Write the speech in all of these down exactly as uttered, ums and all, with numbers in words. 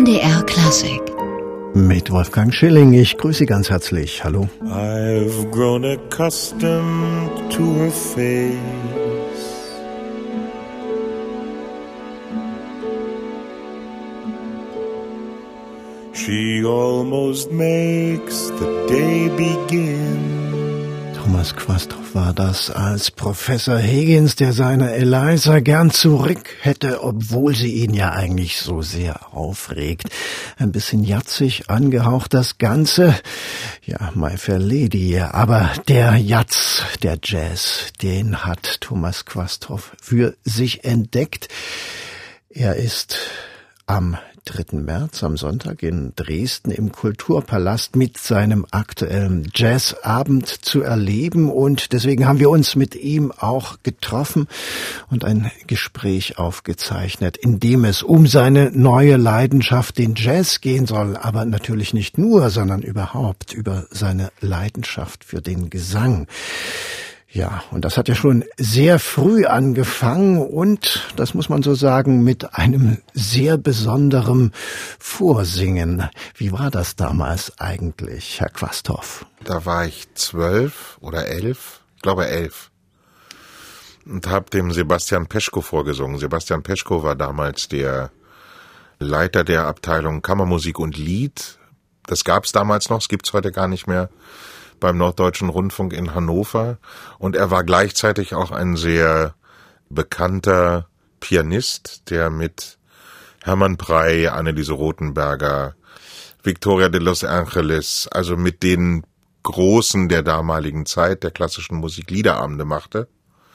D R Klassik. Mit Wolfgang Schilling. Ich grüße Sie ganz herzlich. Hallo. I've grown accustomed to her face. She almost makes the day begin. Thomas Quasthoff war das als Professor Higgins, der seine Eliza gern zurück hätte, obwohl sie ihn ja eigentlich so sehr aufregt. Ein bisschen jatzig angehaucht das Ganze. Ja, My Fair Lady. Aber der Jazz, der Jazz, den hat Thomas Quasthoff für sich entdeckt. Er ist am dritten März, am Sonntag in Dresden im Kulturpalast mit seinem aktuellen Jazzabend zu erleben, und deswegen haben wir uns mit ihm auch getroffen und ein Gespräch aufgezeichnet, in dem es um seine neue Leidenschaft, den Jazz, gehen soll, aber natürlich nicht nur, sondern überhaupt über seine Leidenschaft für den Gesang. Ja, und das hat ja schon sehr früh angefangen und, das muss man so sagen, mit einem sehr besonderen Vorsingen. Wie war das damals eigentlich, Herr Quasthoff? Da war ich zwölf oder elf, ich glaube elf, und habe dem Sebastian Peschko vorgesungen. Sebastian Peschko war damals der Leiter der Abteilung Kammermusik und Lied. Das gab's damals noch, es gibt's heute gar nicht mehr, beim Norddeutschen Rundfunk in Hannover, und er war gleichzeitig auch ein sehr bekannter Pianist, der mit Hermann Prey, Anneliese Rothenberger, Victoria de Los Angeles, also mit den Großen der damaligen Zeit der klassischen Musik Liederabende machte.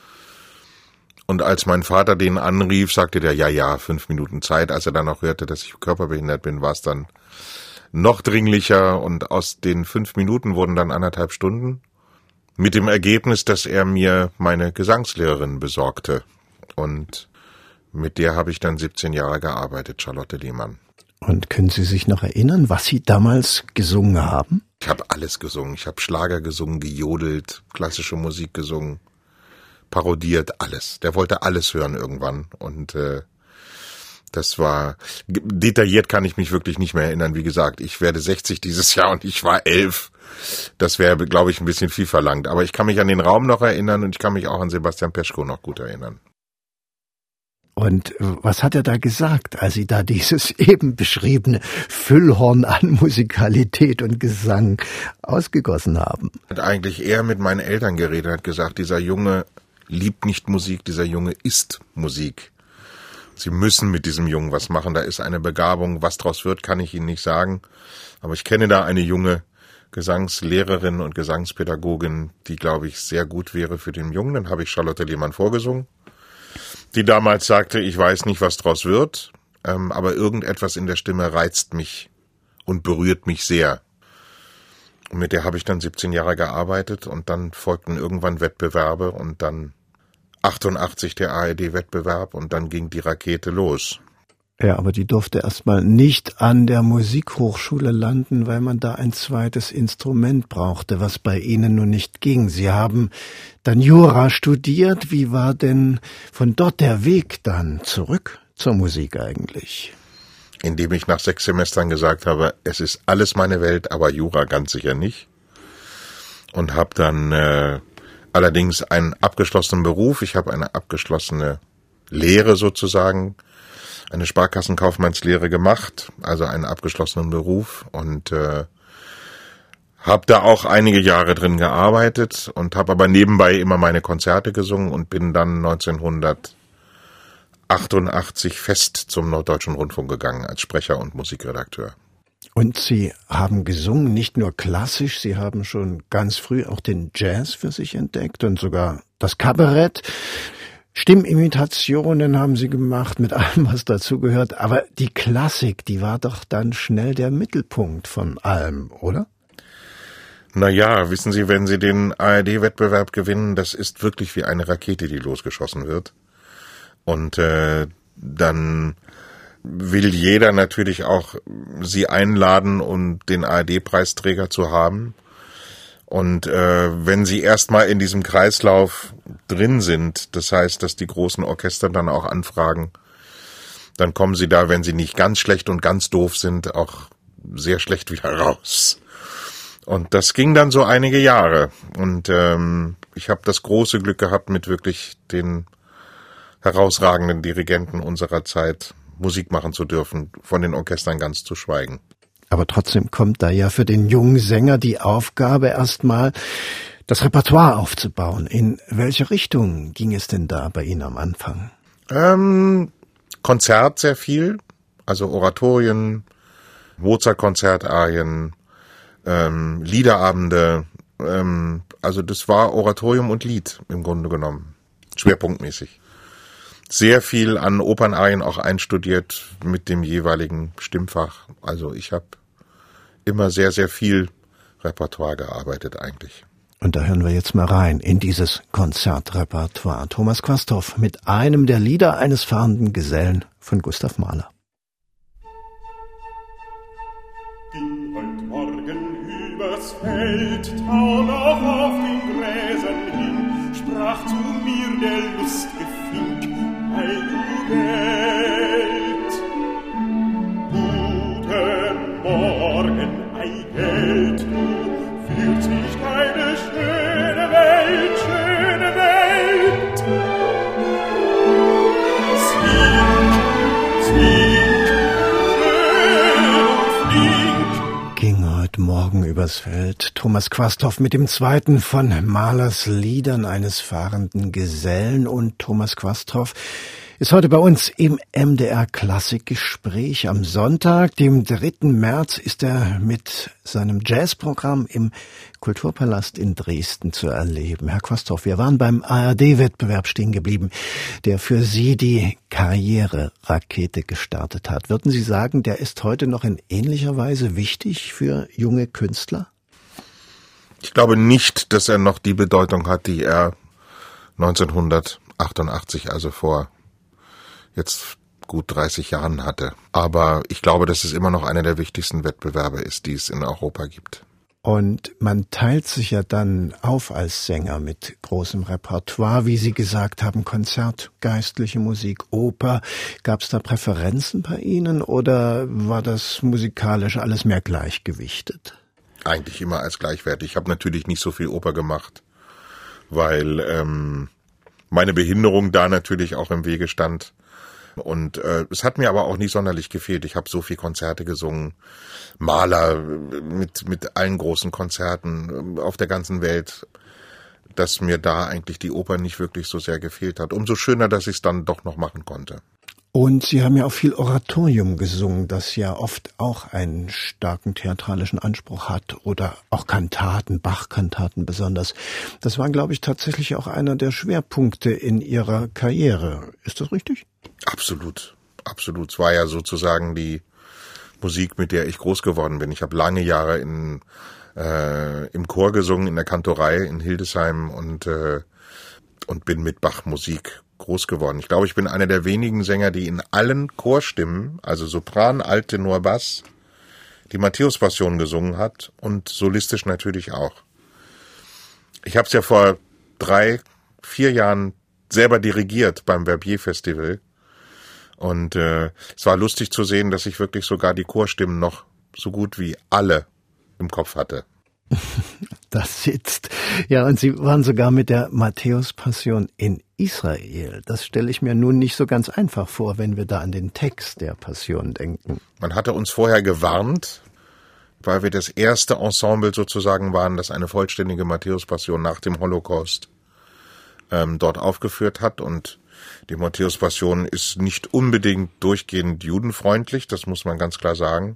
Und als mein Vater den anrief, sagte der, ja, ja, fünf Minuten Zeit. Als er dann auch hörte, dass ich körperbehindert bin, war es dann noch dringlicher, und aus den fünf Minuten wurden dann anderthalb Stunden, mit dem Ergebnis, dass er mir meine Gesangslehrerin besorgte, und mit der habe ich dann siebzehn Jahre gearbeitet, Charlotte Lehmann. Und können Sie sich noch erinnern, was Sie damals gesungen haben? Ich habe alles gesungen, ich habe Schlager gesungen, gejodelt, klassische Musik gesungen, parodiert, alles. Der wollte alles hören irgendwann, und äh, das war, detailliert kann ich mich wirklich nicht mehr erinnern. Wie gesagt, ich werde sechzig dieses Jahr und ich war elf. Das wäre, glaube ich, ein bisschen viel verlangt. Aber ich kann mich an den Raum noch erinnern, und ich kann mich auch an Sebastian Peschko noch gut erinnern. Und was hat er da gesagt, als Sie da dieses eben beschriebene Füllhorn an Musikalität und Gesang ausgegossen haben? Hat eigentlich eher mit meinen Eltern geredet, hat gesagt, dieser Junge liebt nicht Musik, dieser Junge ist Musik. Sie müssen mit diesem Jungen was machen, da ist eine Begabung, was draus wird, kann ich Ihnen nicht sagen. Aber ich kenne da eine junge Gesangslehrerin und Gesangspädagogin, die, glaube ich, sehr gut wäre für den Jungen. Dann habe ich Charlotte Lehmann vorgesungen, die damals sagte, ich weiß nicht, was draus wird, ähm, aber irgendetwas in der Stimme reizt mich und berührt mich sehr. Und mit der habe ich dann siebzehn Jahre gearbeitet, und dann folgten irgendwann Wettbewerbe, und dann achtundachtzig der A R D-Wettbewerb, und dann ging die Rakete los. Ja, aber die durfte erstmal nicht an der Musikhochschule landen, weil man da ein zweites Instrument brauchte, was bei Ihnen nun nicht ging. Sie haben dann Jura studiert. Wie war denn von dort der Weg dann zurück zur Musik eigentlich? Indem ich nach sechs Semestern gesagt habe, es ist alles meine Welt, aber Jura ganz sicher nicht. Und habe dann äh, allerdings einen abgeschlossenen Beruf. Ich habe eine abgeschlossene Lehre sozusagen, eine Sparkassenkaufmannslehre gemacht, also einen abgeschlossenen Beruf, und äh, habe da auch einige Jahre drin gearbeitet und habe aber nebenbei immer meine Konzerte gesungen und bin dann neunzehnhundertachtundachtzig fest zum Norddeutschen Rundfunk gegangen als Sprecher und Musikredakteur. Und Sie haben gesungen, nicht nur klassisch, Sie haben schon ganz früh auch den Jazz für sich entdeckt und sogar das Kabarett. Stimmimitationen haben Sie gemacht, mit allem, was dazugehört. Aber die Klassik, die war doch dann schnell der Mittelpunkt von allem, oder? Naja, wissen Sie, wenn Sie den A R D-Wettbewerb gewinnen, das ist wirklich wie eine Rakete, die losgeschossen wird. Und äh, dann will jeder natürlich auch Sie einladen, um den A R D-Preisträger zu haben. Und äh, wenn Sie erstmal in diesem Kreislauf drin sind, das heißt, dass die großen Orchester dann auch anfragen, dann kommen sie da, wenn sie nicht ganz schlecht und ganz doof sind, auch sehr schlecht wieder raus. Und das ging dann so einige Jahre. Und ähm, ich habe das große Glück gehabt, mit wirklich den herausragenden Dirigenten unserer Zeit Musik machen zu dürfen, von den Orchestern ganz zu schweigen. Aber trotzdem kommt da ja für den jungen Sänger die Aufgabe, erstmal das Repertoire aufzubauen. In welche Richtung ging es denn da bei Ihnen am Anfang? Ähm, Konzert sehr viel, also Oratorien, Mozart-Konzertarien, ähm, Liederabende, ähm, also das war Oratorium und Lied im Grunde genommen, schwerpunktmäßig. Sehr viel an Opernarien auch einstudiert mit dem jeweiligen Stimmfach. Also ich habe immer sehr, sehr viel Repertoire gearbeitet eigentlich. Und da hören wir jetzt mal rein in dieses Konzertrepertoire. Thomas Quasthoff mit einem der Lieder eines fahrenden Gesellen von Gustav Mahler. Ging heut Morgen übers Feld, tau noch auf den Gräsern hin, sprach zu mir der lustige Fink, ei du Geld. Guten Morgen, ei Geld, du, fühlt sich keine schöne Welt, schöne Welt. Zwink, zwink, schön und flink. Ging heute Morgen übers Feld. Thomas Quasthoff mit dem zweiten von Mahlers Liedern eines fahrenden Gesellen. Und Thomas Quasthoff ist heute bei uns im M D R Klassikgespräch. Am Sonntag, dem dritten März, ist er mit seinem Jazzprogramm im Kulturpalast in Dresden zu erleben. Herr Quasthoff, wir waren beim A R D-Wettbewerb stehen geblieben, der für Sie die Karriere-Rakete gestartet hat. Würden Sie sagen, der ist heute noch in ähnlicher Weise wichtig für junge Künstler? Ich glaube nicht, dass er noch die Bedeutung hat, die er neunzehnhundertachtundachtzig, also vor jetzt gut dreißig Jahren hatte. Aber ich glaube, dass es immer noch einer der wichtigsten Wettbewerbe ist, die es in Europa gibt. Und man teilt sich ja dann auf als Sänger mit großem Repertoire, wie Sie gesagt haben, Konzert, geistliche Musik, Oper. Gab es da Präferenzen bei Ihnen oder war das musikalisch alles mehr gleichgewichtet? Eigentlich immer als gleichwertig. Ich habe natürlich nicht so viel Oper gemacht, weil ähm, meine Behinderung da natürlich auch im Wege stand. Und äh, es hat mir aber auch nicht sonderlich gefehlt. Ich habe so viel Konzerte gesungen, Mahler mit mit allen großen Konzerten auf der ganzen Welt, dass mir da eigentlich die Oper nicht wirklich so sehr gefehlt hat. Umso schöner, dass ich es dann doch noch machen konnte. Und Sie haben ja auch viel Oratorium gesungen, das ja oft auch einen starken theatralischen Anspruch hat oder auch Kantaten, Bach-Kantaten besonders. Das war, glaube ich, tatsächlich auch einer der Schwerpunkte in Ihrer Karriere. Ist das richtig? Absolut, absolut. Es war ja sozusagen die Musik, mit der ich groß geworden bin. Ich habe lange Jahre in, äh, im Chor gesungen, in der Kantorei in Hildesheim und, äh, und bin mit Bach-Musik groß geworden. Ich glaube, ich bin einer der wenigen Sänger, die in allen Chorstimmen, also Sopran, Alt, Tenor, Bass, die Matthäus-Passion gesungen hat und solistisch natürlich auch. Ich habe es ja vor drei, vier Jahren selber dirigiert beim Verbier-Festival und äh, es war lustig zu sehen, dass ich wirklich sogar die Chorstimmen noch so gut wie alle im Kopf hatte. Das sitzt. Ja, und Sie waren sogar mit der Matthäus-Passion in Israel. Das stelle ich mir nun nicht so ganz einfach vor, wenn wir da an den Text der Passion denken. Man hatte uns vorher gewarnt, weil wir das erste Ensemble sozusagen waren, das eine vollständige Matthäus-Passion nach dem Holocaust ähm, dort aufgeführt hat. Und die Matthäus-Passion ist nicht unbedingt durchgehend judenfreundlich, das muss man ganz klar sagen.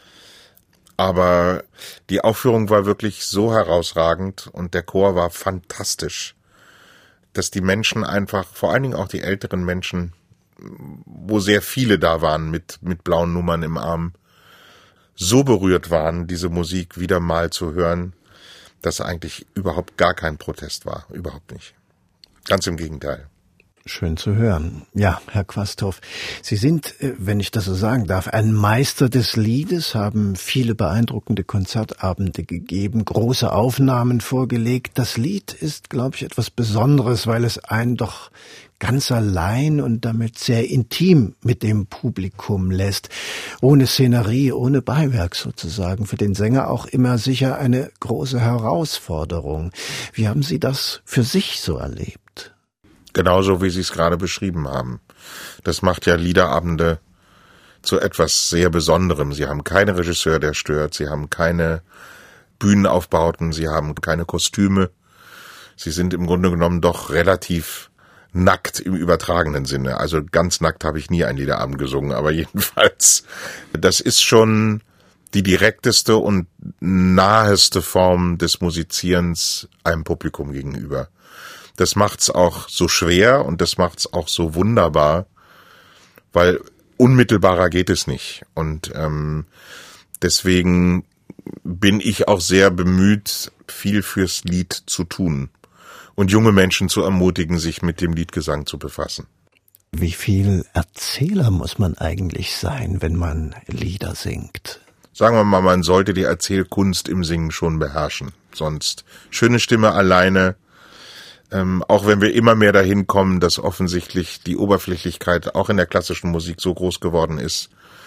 Aber die Aufführung war wirklich so herausragend und der Chor war fantastisch, dass die Menschen einfach, vor allen Dingen auch die älteren Menschen, wo sehr viele da waren mit, mit blauen Nummern im Arm, so berührt waren, diese Musik wieder mal zu hören, dass eigentlich überhaupt gar kein Protest war. Überhaupt nicht. Ganz im Gegenteil. Schön zu hören. Ja, Herr Quasthoff, Sie sind, wenn ich das so sagen darf, ein Meister des Liedes, haben viele beeindruckende Konzertabende gegeben, große Aufnahmen vorgelegt. Das Lied ist, glaube ich, etwas Besonderes, weil es einen doch ganz allein und damit sehr intim mit dem Publikum lässt. Ohne Szenerie, ohne Beiwerk sozusagen. Für den Sänger auch immer sicher eine große Herausforderung. Wie haben Sie das für sich so erlebt? Genauso, wie Sie es gerade beschrieben haben. Das macht ja Liederabende zu etwas sehr Besonderem. Sie haben keinen Regisseur, der stört. Sie haben keine Bühnenaufbauten. Sie haben keine Kostüme. Sie sind im Grunde genommen doch relativ nackt im übertragenen Sinne. Also ganz nackt habe ich nie einen Liederabend gesungen, aber jedenfalls, das ist schon die direkteste und naheste Form des Musizierens einem Publikum gegenüber. Das macht's auch so schwer und das macht's auch so wunderbar, weil unmittelbarer geht es nicht. Und ähm, deswegen bin ich auch sehr bemüht, viel fürs Lied zu tun und junge Menschen zu ermutigen, sich mit dem Liedgesang zu befassen. Wie viel Erzähler muss man eigentlich sein, wenn man Lieder singt? Sagen wir mal, man sollte die Erzählkunst im Singen schon beherrschen. Sonst schöne Stimme alleine. Ähm, auch wenn wir immer mehr dahin kommen, dass offensichtlich die Oberflächlichkeit auch in der klassischen Musik so groß geworden ist,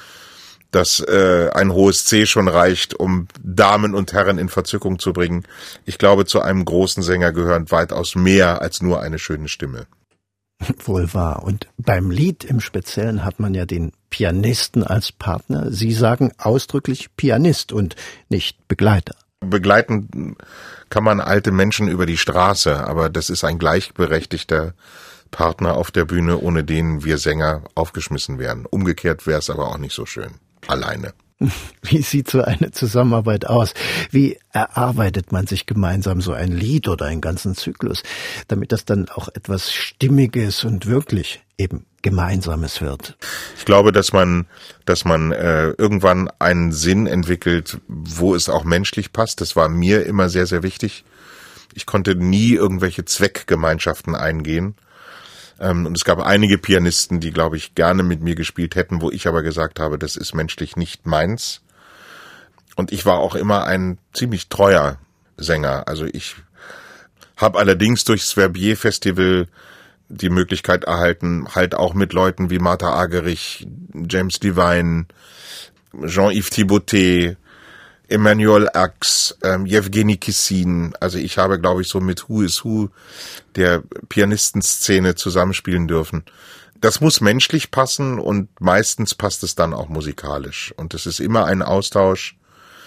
dass äh, ein hohes C schon reicht, um Damen und Herren in Verzückung zu bringen. Ich glaube, zu einem großen Sänger gehören weitaus mehr als nur eine schöne Stimme. Wohl wahr. Und beim Lied im Speziellen hat man ja den Pianisten als Partner. Sie sagen ausdrücklich Pianist und nicht Begleiter. Begleiten kann man alte Menschen über die Straße, aber das ist ein gleichberechtigter Partner auf der Bühne, ohne den wir Sänger aufgeschmissen wären. Umgekehrt wäre es aber auch nicht so schön. Alleine. Wie sieht so eine Zusammenarbeit aus? Wie erarbeitet man sich gemeinsam so ein Lied oder einen ganzen Zyklus, damit das dann auch etwas Stimmiges und wirklich eben Gemeinsames wird? Ich glaube, dass man, dass man äh, irgendwann einen Sinn entwickelt, wo es auch menschlich passt. Das war mir immer sehr, sehr wichtig. Ich konnte nie irgendwelche Zweckgemeinschaften eingehen. Ähm, und es gab einige Pianisten, die, glaube ich, gerne mit mir gespielt hätten, wo ich aber gesagt habe, das ist menschlich nicht meins. Und ich war auch immer ein ziemlich treuer Sänger. Also ich habe allerdings durchs Verbier-Festival die Möglichkeit erhalten, halt auch mit Leuten wie Martha Argerich, James Devine, Jean-Yves Thibautet, Emmanuel Ax, ähm, Jewgeni Kissin. Also ich habe, glaube ich, so mit Who is Who der Pianistenszene zusammenspielen dürfen. Das muss menschlich passen und meistens passt es dann auch musikalisch. Und es ist immer ein Austausch.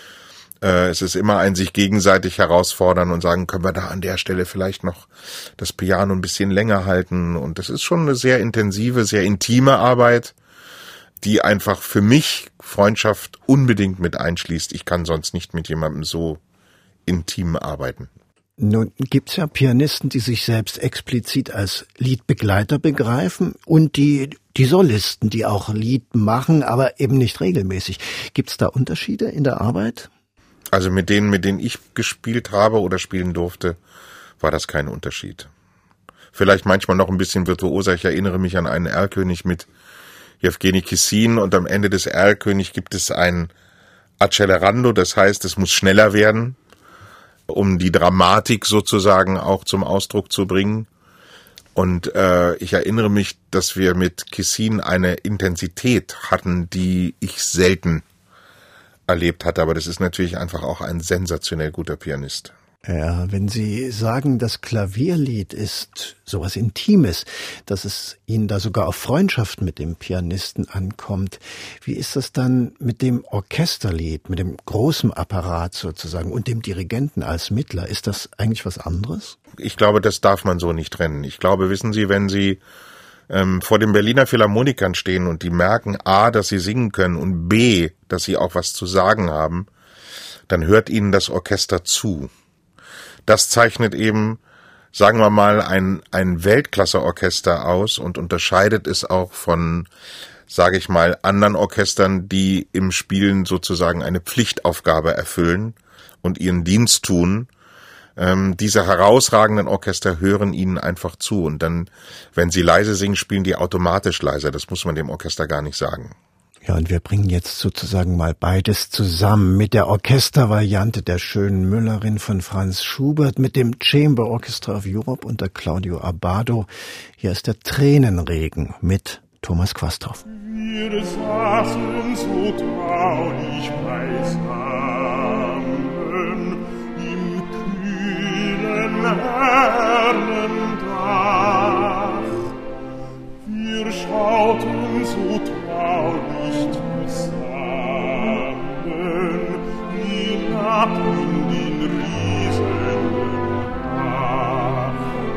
Äh, es ist immer ein sich gegenseitig herausfordern und sagen, können wir da an der Stelle vielleicht noch das Piano ein bisschen länger halten. Und das ist schon eine sehr intensive, sehr intime Arbeit, die einfach für mich Freundschaft unbedingt mit einschließt. Ich kann sonst nicht mit jemandem so intim arbeiten. Nun gibt's ja Pianisten, die sich selbst explizit als Liedbegleiter begreifen und die die Solisten, die auch Lied machen, aber eben nicht regelmäßig. Gibt's da Unterschiede in der Arbeit? Also mit denen, mit denen ich gespielt habe oder spielen durfte, war das kein Unterschied. Vielleicht manchmal noch ein bisschen virtuoser. Ich erinnere mich an einen Erlkönig mit Jewgeni Kissin und am Ende des Erlkönig gibt es ein Accelerando, das heißt, es muss schneller werden, um die Dramatik sozusagen auch zum Ausdruck zu bringen. Und äh, ich erinnere mich, dass wir mit Kissin eine Intensität hatten, die ich selten erlebt hatte. Aber das ist natürlich einfach auch ein sensationell guter Pianist. Ja, wenn Sie sagen, das Klavierlied ist sowas Intimes, dass es Ihnen da sogar auf Freundschaft mit dem Pianisten ankommt, wie ist das dann mit dem Orchesterlied, mit dem großen Apparat sozusagen und dem Dirigenten als Mittler? Ist das eigentlich was anderes? Ich glaube, das darf man so nicht trennen. Ich glaube, wissen Sie, wenn Sie ähm, vor den Berliner Philharmonikern stehen und die merken A, dass sie singen können und B, dass sie auch was zu sagen haben, dann hört ihnen das Orchester zu. Das zeichnet eben, sagen wir mal, ein, ein Weltklasse-Orchester aus und unterscheidet es auch von, sage ich mal, anderen Orchestern, die im Spielen sozusagen eine Pflichtaufgabe erfüllen und ihren Dienst tun. Ähm, diese herausragenden Orchester hören ihnen einfach zu und dann, wenn sie leise singen, spielen die automatisch leiser. Das muss man dem Orchester gar nicht sagen. Ja, und wir bringen jetzt sozusagen mal beides zusammen mit der Orchestervariante der schönen Müllerin von Franz Schubert, mit dem Chamber Orchestra of Europe unter Claudio Abbado. Hier ist der Tränenregen mit Thomas Quasthoff. Wir saßen so traurig beisammen im kühlen Herrendach. Wir schauten so traurig zusammen hinab in den riesigen Bach.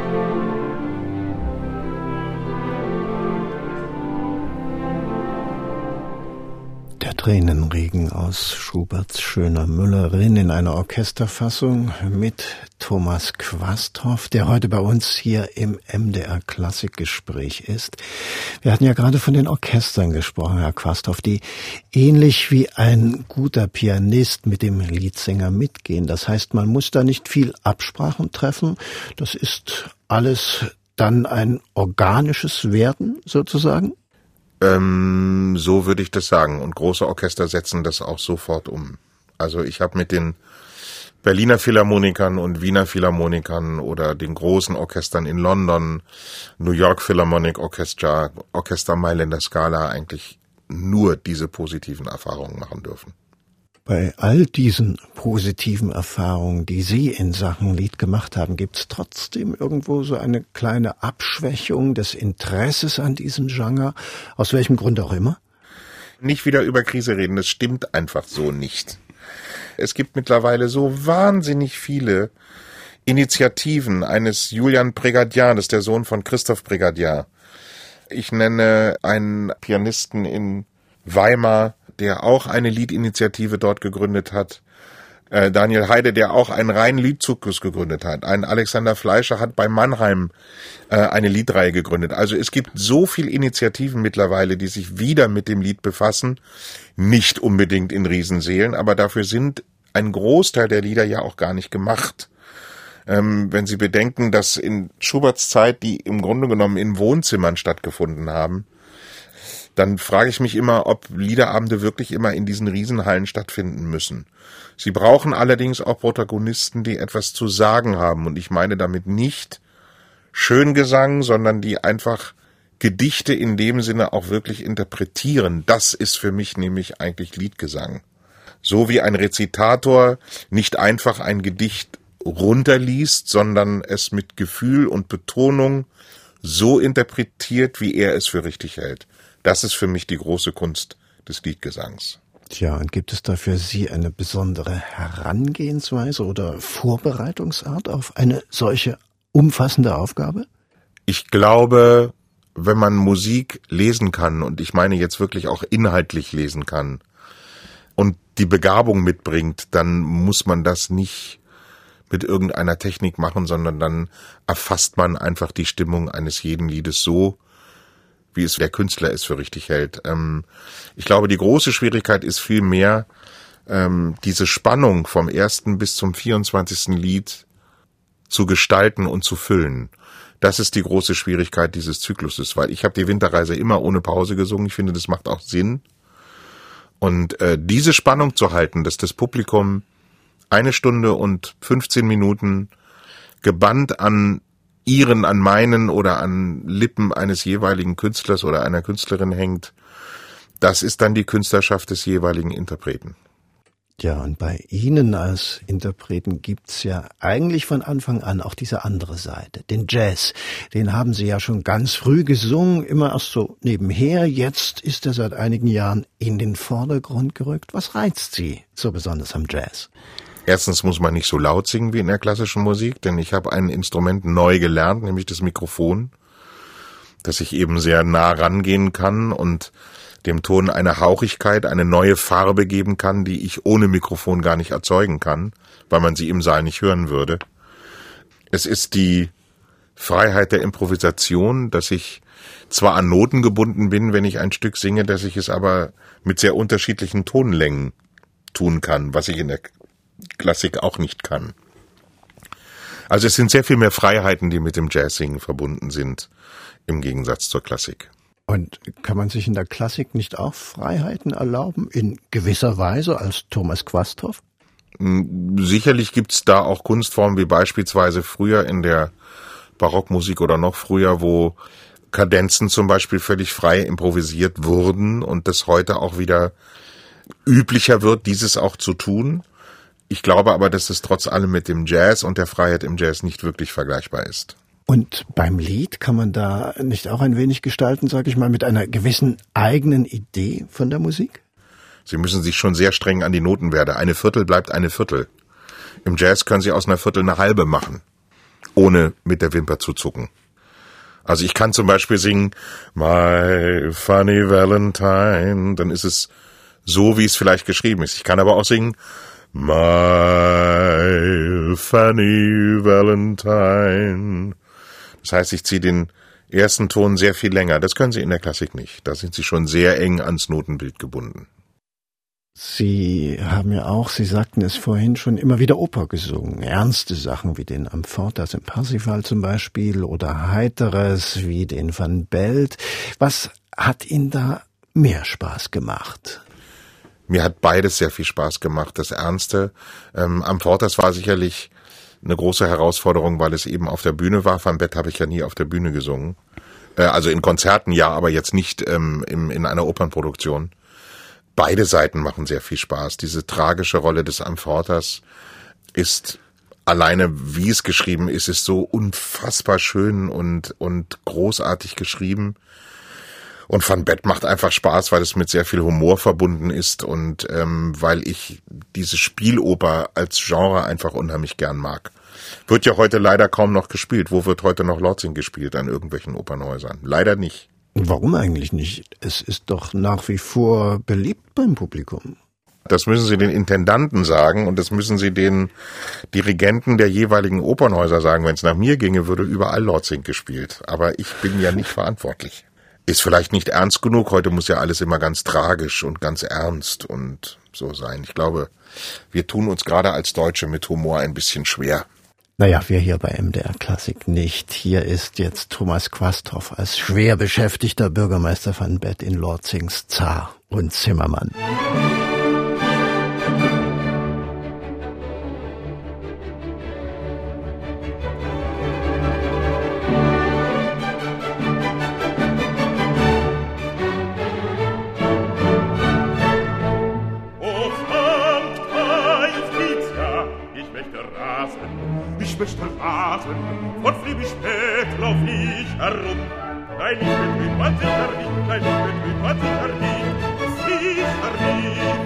Der Tränenregen aus Schuberts schöner Müllerin in einer Orchesterfassung mit Thomas Quasthoff, der heute bei uns hier im M D R Klassikgespräch ist. Wir hatten ja gerade von den Orchestern gesprochen, Herr Quasthoff, die ähnlich wie ein guter Pianist mit dem Leadsänger mitgehen. Das heißt, man muss da nicht viel Absprachen treffen. Das ist alles dann ein organisches Werden sozusagen? Ähm, so würde ich das sagen. Und große Orchester setzen das auch sofort um. Also ich habe mit den Berliner Philharmonikern und Wiener Philharmonikern oder den großen Orchestern in London, New York Philharmonic Orchestra, Orchester Mailänder Scala eigentlich nur diese positiven Erfahrungen machen dürfen. Bei all diesen positiven Erfahrungen, die Sie in Sachen Lied gemacht haben, gibt es trotzdem irgendwo so eine kleine Abschwächung des Interesses an diesem Genre, aus welchem Grund auch immer? Nicht wieder über Krise reden, das stimmt einfach so nicht. Es gibt mittlerweile so wahnsinnig viele Initiativen eines Julian Brigadier, das ist der Sohn von Christoph Brigadier. Ich nenne einen Pianisten in Weimar, der auch eine Liedinitiative dort gegründet hat. Äh, Daniel Heide, der auch einen reinen Liedzyklus gegründet hat. Ein Alexander Fleischer hat bei Mannheim äh, eine Liedreihe gegründet. Also es gibt so viele Initiativen mittlerweile, die sich wieder mit dem Lied befassen. Nicht unbedingt in Riesensälen, aber dafür sind ein Großteil der Lieder ja auch gar nicht gemacht. Ähm, wenn Sie bedenken, dass in Schuberts Zeit die im Grunde genommen in Wohnzimmern stattgefunden haben, dann frage ich mich immer, ob Liederabende wirklich immer in diesen Riesenhallen stattfinden müssen. Sie brauchen allerdings auch Protagonisten, die etwas zu sagen haben. Und ich meine damit nicht Schöngesang, sondern die einfach Gedichte in dem Sinne auch wirklich interpretieren. Das ist für mich nämlich eigentlich Liedgesang. So wie ein Rezitator nicht einfach ein Gedicht runterliest, sondern es mit Gefühl und Betonung so interpretiert, wie er es für richtig hält. Das ist für mich die große Kunst des Liedgesangs. Tja, und gibt es da für Sie eine besondere Herangehensweise oder Vorbereitungsart auf eine solche umfassende Aufgabe? Ich glaube, wenn man Musik lesen kann, und ich meine jetzt wirklich auch inhaltlich lesen kann, und die Begabung mitbringt, dann muss man das nicht mit irgendeiner Technik machen, sondern dann erfasst man einfach die Stimmung eines jeden Liedes so, wie es der Künstler es für richtig hält. Ähm, ich glaube, die große Schwierigkeit ist vielmehr, ähm, diese Spannung vom ersten bis zum vierundzwanzigsten Lied zu gestalten und zu füllen. Das ist die große Schwierigkeit dieses Zykluses, weil ich habe die Winterreise immer ohne Pause gesungen. Ich finde, das macht auch Sinn. Und äh, diese Spannung zu halten, dass das Publikum eine Stunde und fünfzehn Minuten gebannt an ihren, an meinen oder an Lippen eines jeweiligen Künstlers oder einer Künstlerin hängt, das ist dann die Künstlerschaft des jeweiligen Interpreten. Ja, und bei Ihnen als Interpreten gibt's ja eigentlich von Anfang an auch diese andere Seite, den Jazz. Den haben Sie ja schon ganz früh gesungen, immer erst so nebenher. Jetzt ist er seit einigen Jahren in den Vordergrund gerückt. Was reizt Sie so besonders am Jazz? Erstens muss man nicht so laut singen wie in der klassischen Musik, denn ich habe ein Instrument neu gelernt, nämlich das Mikrofon, dass ich eben sehr nah rangehen kann und dem Ton eine Hauchigkeit, eine neue Farbe geben kann, die ich ohne Mikrofon gar nicht erzeugen kann, weil man sie im Saal nicht hören würde. Es ist die Freiheit der Improvisation, dass ich zwar an Noten gebunden bin, wenn ich ein Stück singe, dass ich es aber mit sehr unterschiedlichen Tonlängen tun kann, was ich in der Klassik auch nicht kann. Also es sind sehr viel mehr Freiheiten, die mit dem Jazzsingen verbunden sind, im Gegensatz zur Klassik. Und kann man sich in der Klassik nicht auch Freiheiten erlauben, in gewisser Weise als Thomas Quasthoff? Sicherlich gibt's da auch Kunstformen, wie beispielsweise früher in der Barockmusik oder noch früher, wo Kadenzen zum Beispiel völlig frei improvisiert wurden und das heute auch wieder üblicher wird, dieses auch zu tun. Ich glaube aber, dass es trotz allem mit dem Jazz und der Freiheit im Jazz nicht wirklich vergleichbar ist. Und beim Lied kann man da nicht auch ein wenig gestalten, sage ich mal, mit einer gewissen eigenen Idee von der Musik? Sie müssen sich schon sehr streng an die Notenwerte. Eine Viertel bleibt eine Viertel. Im Jazz können Sie aus einer Viertel eine halbe machen, ohne mit der Wimper zu zucken. Also ich kann zum Beispiel singen, My Funny Valentine, dann ist es so, wie es vielleicht geschrieben ist. Ich kann aber auch singen, My Funny Valentine. Das heißt, ich ziehe den ersten Ton sehr viel länger. Das können Sie in der Klassik nicht. Da sind Sie schon sehr eng ans Notenbild gebunden. Sie haben ja auch, Sie sagten es vorhin schon, immer wieder Oper gesungen. Ernste Sachen wie den Amfortas im Parsifal zum Beispiel oder Heiteres wie den Van Belt. Was hat Ihnen da mehr Spaß gemacht? Mir hat beides sehr viel Spaß gemacht. Das Ernste, ähm, Amfortas war sicherlich eine große Herausforderung, weil es eben auf der Bühne war. Van Belt habe ich ja nie auf der Bühne gesungen. Äh, also in Konzerten ja, aber jetzt nicht ähm, im, in einer Opernproduktion. Beide Seiten machen sehr viel Spaß. Diese tragische Rolle des Amfortas ist alleine, wie es geschrieben ist, ist so unfassbar schön und und großartig geschrieben. Und Van Belt macht einfach Spaß, weil es mit sehr viel Humor verbunden ist und ähm, weil ich diese Spieloper als Genre einfach unheimlich gern mag. Wird ja heute leider kaum noch gespielt. Wo wird heute noch Lortzing gespielt? An irgendwelchen Opernhäusern? Leider nicht. Warum eigentlich nicht? Es ist doch nach wie vor beliebt beim Publikum. Das müssen Sie den Intendanten sagen und das müssen Sie den Dirigenten der jeweiligen Opernhäuser sagen. Wenn es nach mir ginge, würde überall Lortzing gespielt. Aber ich bin ja nicht verantwortlich. Ist vielleicht nicht ernst genug. Heute muss ja alles immer ganz tragisch und ganz ernst und so sein. Ich glaube, wir tun uns gerade als Deutsche mit Humor ein bisschen schwer. Naja, wir hier bei M D R Klassik nicht. Hier ist jetzt Thomas Quasthoff als schwer beschäftigter Bürgermeister van Belt in Lorzings Zar und Zimmermann. Ich möchte raten, von früh bis spät lauf ich herum. Dein Licht betrübt man sicher nicht, dein Licht betrübt man sicher nicht, sicher nicht.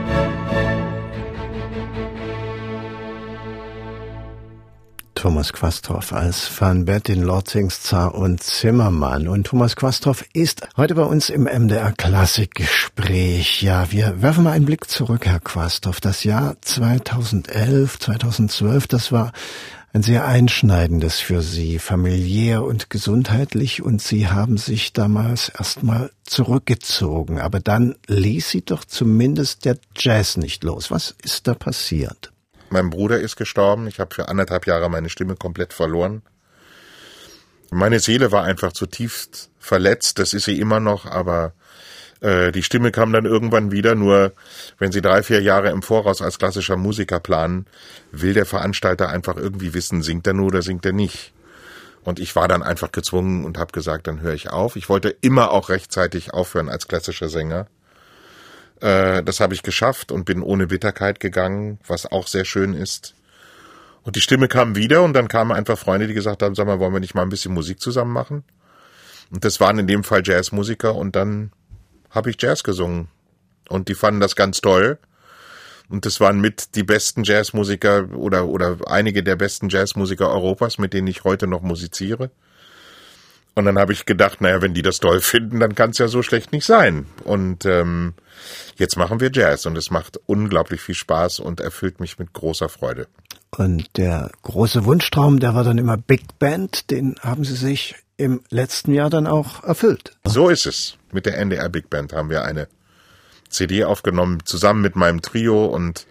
Thomas Quasthoff als Van Belt in Lorzings Zar und Zimmermann. Und Thomas Quasthoff ist heute bei uns im M D R Klassikgespräch. Ja, wir werfen mal einen Blick zurück, Herr Quasthoff. Das Jahr zweitausendelf, zweitausendzwölf, das war ein sehr einschneidendes für Sie, familiär und gesundheitlich. Und Sie haben sich damals erstmal zurückgezogen. Aber dann ließ Sie doch zumindest der Jazz nicht los. Was ist da passiert? Mein Bruder ist gestorben. Ich habe für anderthalb Jahre meine Stimme komplett verloren. Meine Seele war einfach zutiefst verletzt. Das ist sie immer noch, aber äh, die Stimme kam dann irgendwann wieder. Nur wenn Sie drei, vier Jahre im Voraus als klassischer Musiker planen, will der Veranstalter einfach irgendwie wissen, singt er nur oder singt er nicht. Und ich war dann einfach gezwungen und habe gesagt, dann höre ich auf. Ich wollte immer auch rechtzeitig aufhören als klassischer Sänger. Das habe ich geschafft und bin ohne Bitterkeit gegangen, was auch sehr schön ist. Und die Stimme kam wieder und dann kamen einfach Freunde, die gesagt haben, sag mal, wollen wir nicht mal ein bisschen Musik zusammen machen? Und das waren in dem Fall Jazzmusiker und dann habe ich Jazz gesungen. Und die fanden das ganz toll. Und das waren mit die besten Jazzmusiker oder, oder einige der besten Jazzmusiker Europas, mit denen ich heute noch musiziere. Und dann habe ich gedacht, naja, wenn die das toll finden, dann kann es ja so schlecht nicht sein. Und ähm, jetzt machen wir Jazz und es macht unglaublich viel Spaß und erfüllt mich mit großer Freude. Und der große Wunschtraum, der war dann immer Big Band, den haben Sie sich im letzten Jahr dann auch erfüllt. So ist es. Mit der N D R Big Band haben wir eine C D aufgenommen, zusammen mit meinem Trio und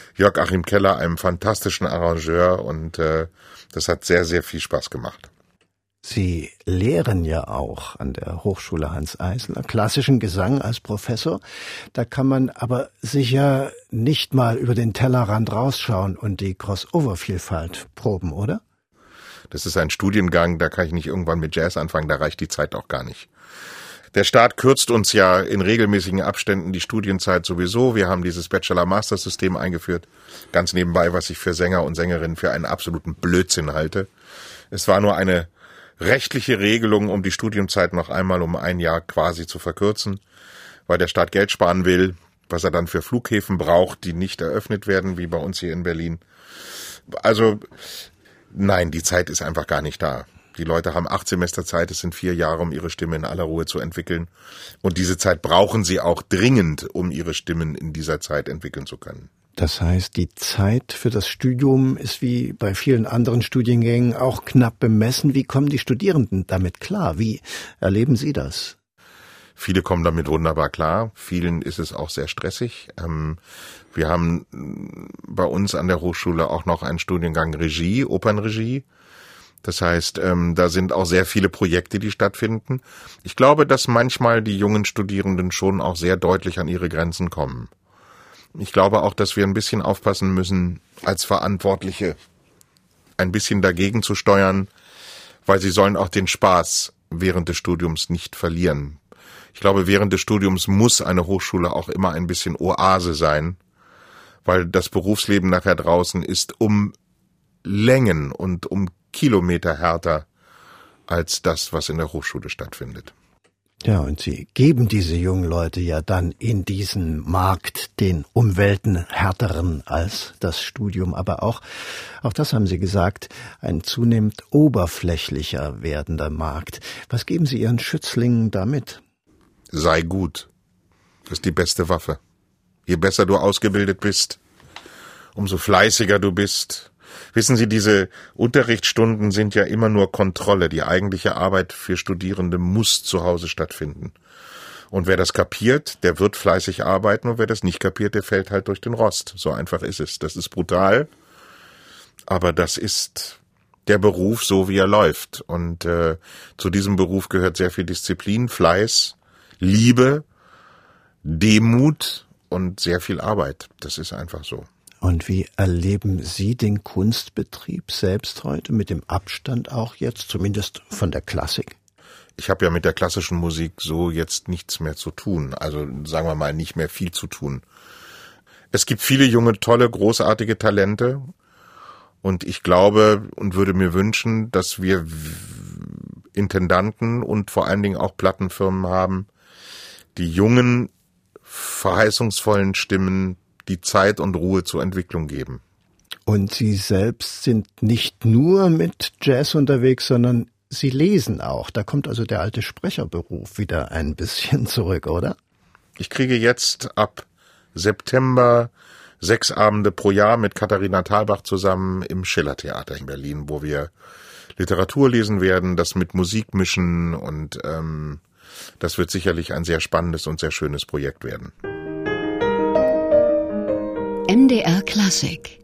Jörg-Achim Keller, einem fantastischen Arrangeur, und äh, das hat sehr, sehr viel Spaß gemacht. Sie lehren ja auch an der Hochschule Hanns Eisler klassischen Gesang als Professor. Da kann man aber sicher nicht mal über den Tellerrand rausschauen und die Crossover-Vielfalt proben, oder? Das ist ein Studiengang, da kann ich nicht irgendwann mit Jazz anfangen, da reicht die Zeit auch gar nicht. Der Staat kürzt uns ja in regelmäßigen Abständen die Studienzeit sowieso. Wir haben dieses Bachelor-Master-System eingeführt. Ganz nebenbei, was ich für Sänger und Sängerinnen für einen absoluten Blödsinn halte. Es war nur eine rechtliche Regelung, um die Studienzeit noch einmal um ein Jahr quasi zu verkürzen, weil der Staat Geld sparen will, was er dann für Flughäfen braucht, die nicht eröffnet werden, wie bei uns hier in Berlin. Also nein, die Zeit ist einfach gar nicht da. Die Leute haben acht Semester Zeit, es sind vier Jahre, um ihre Stimme in aller Ruhe zu entwickeln. Und diese Zeit brauchen sie auch dringend, um ihre Stimmen in dieser Zeit entwickeln zu können. Das heißt, die Zeit für das Studium ist wie bei vielen anderen Studiengängen auch knapp bemessen. Wie kommen die Studierenden damit klar? Wie erleben Sie das? Viele kommen damit wunderbar klar. Vielen ist es auch sehr stressig. Ähm, wir haben bei uns an der Hochschule auch noch einen Studiengang Regie, Opernregie. Das heißt, ähm, da sind auch sehr viele Projekte, die stattfinden. Ich glaube, dass manchmal die jungen Studierenden schon auch sehr deutlich an ihre Grenzen kommen. Ich glaube auch, dass wir ein bisschen aufpassen müssen, als Verantwortliche ein bisschen dagegen zu steuern, weil sie sollen auch den Spaß während des Studiums nicht verlieren. Ich glaube, während des Studiums muss eine Hochschule auch immer ein bisschen Oase sein, weil das Berufsleben nachher draußen ist um Längen und um Kilometer härter als das, was in der Hochschule stattfindet. Ja, und Sie geben diese jungen Leute ja dann in diesen Markt, den Umwelten härteren als das Studium, aber auch, auch das haben Sie gesagt, ein zunehmend oberflächlicher werdender Markt. Was geben Sie Ihren Schützlingen damit? Sei gut. Das ist die beste Waffe. Je besser du ausgebildet bist, umso fleißiger du bist. Wissen Sie, diese Unterrichtsstunden sind ja immer nur Kontrolle. Die eigentliche Arbeit für Studierende muss zu Hause stattfinden. Und wer das kapiert, der wird fleißig arbeiten, und wer das nicht kapiert, der fällt halt durch den Rost. So einfach ist es. Das ist brutal, aber das ist der Beruf, so wie er läuft. Und äh, zu diesem Beruf gehört sehr viel Disziplin, Fleiß, Liebe, Demut und sehr viel Arbeit. Das ist einfach so. Und wie erleben Sie den Kunstbetrieb selbst heute, mit dem Abstand auch jetzt, zumindest von der Klassik? Ich habe ja mit der klassischen Musik so jetzt nichts mehr zu tun, also sagen wir mal nicht mehr viel zu tun. Es gibt viele junge, tolle, großartige Talente, und ich glaube und würde mir wünschen, dass wir Intendanten und vor allen Dingen auch Plattenfirmen haben, die jungen, verheißungsvollen Stimmen die Zeit und Ruhe zur Entwicklung geben. Und Sie selbst sind nicht nur mit Jazz unterwegs, sondern Sie lesen auch. Da kommt also der alte Sprecherberuf wieder ein bisschen zurück, oder? Ich kriege jetzt ab September sechs Abende pro Jahr mit Katharina Thalbach zusammen im Schillertheater in Berlin, wo wir Literatur lesen werden, das mit Musik mischen, und ähm, das wird sicherlich ein sehr spannendes und sehr schönes Projekt werden. M D R Klassik